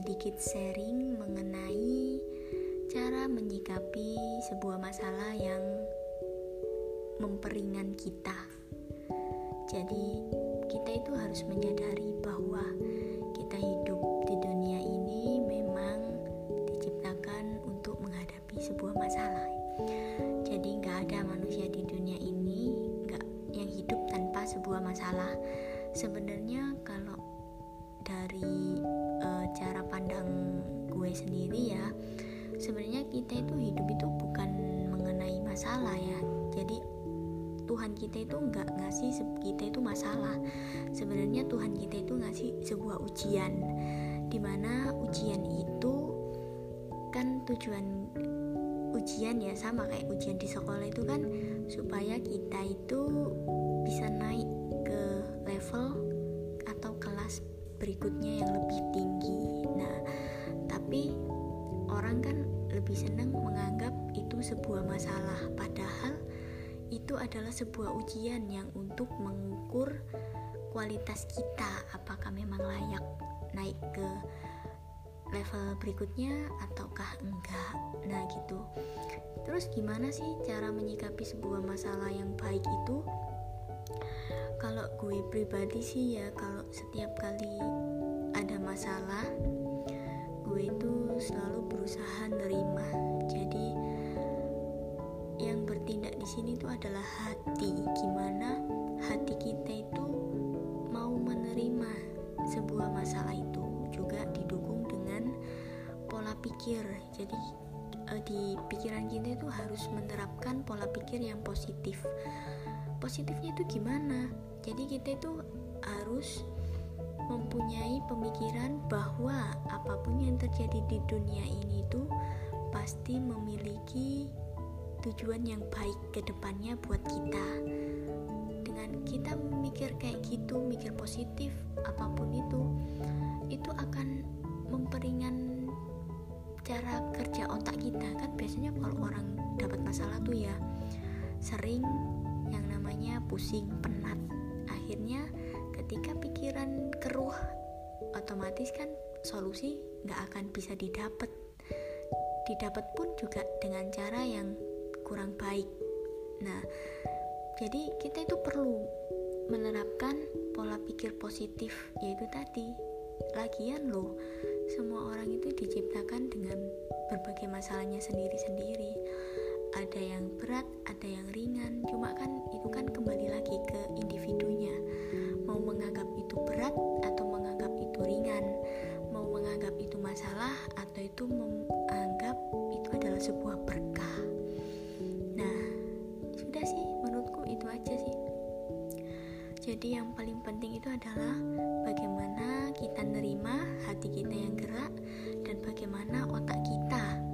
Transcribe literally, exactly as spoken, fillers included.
sedikit sharing mengenai cara menyikapi sebuah masalah yang memperingan kita. Jadi kita itu harus menyadari bahwa kita hidup di dunia ini memang diciptakan untuk menghadapi sebuah masalah. Jadi gak ada manusia di dunia ini gak, yang hidup tanpa sebuah masalah. Sebenarnya kalau dari e, cara pandang gue sendiri ya, sebenarnya kita itu hidup itu bukan mengenai masalah ya. Jadi Tuhan kita itu nggak ngasih kita itu masalah. Sebenarnya Tuhan kita itu ngasih sebuah ujian, dimana ujian itu kan tujuan ujian ya sama kayak ujian di sekolah itu kan supaya kita itu bisa naik ke level atau kelas berikutnya yang lebih tinggi. Nah, tapi orang kan lebih senang menganggap itu sebuah masalah, padahal itu adalah sebuah ujian yang untuk mengukur kualitas kita, apakah memang layak naik ke level berikutnya ataukah enggak. Nah gitu. Terus gimana sih cara menyikapi sebuah masalah yang baik itu? Kalau gue pribadi sih ya, kalau setiap kali ada masalah, gue itu selalu berusaha nerima. Jadi yang bertindak di sini itu adalah hati. Gimana hati kita itu mau menerima sebuah masalah itu, juga didukung dengan pola pikir. Jadi eh, di pikiran kita itu harus menerapkan pola pikir yang positif. Positifnya itu gimana? Jadi kita itu harus mempunyai pemikiran bahwa apapun yang terjadi di dunia ini itu pasti memiliki tujuan yang baik ke depannya buat kita. Dengan kita mikir kayak gitu, mikir positif apapun itu, itu akan memperingan cara kerja otak kita. Kan biasanya kalau orang dapat masalah tuh ya sering yang namanya pusing, penat. Akhirnya ketika pikiran keruh, otomatis kan solusi gak akan bisa didapat. Didapat pun juga dengan cara yang kurang baik. Nah, jadi kita itu perlu menerapkan pola pikir positif, yaitu tadi. Lagian loh, semua orang itu diciptakan dengan berbagai masalahnya sendiri-sendiri. Ada yang berat, ada yang ringan. Cuma kan itu kan kembali lagi ke individunya. Mau menganggap itu berat atau menganggap itu ringan. Mau menganggap itu masalah atau itu menganggap itu adalah sebuah berkah. Nah, sudah sih, menurutku itu aja sih. Jadi yang paling penting itu adalah bagaimana kita nerima hati kita yang gerak dan bagaimana otak kita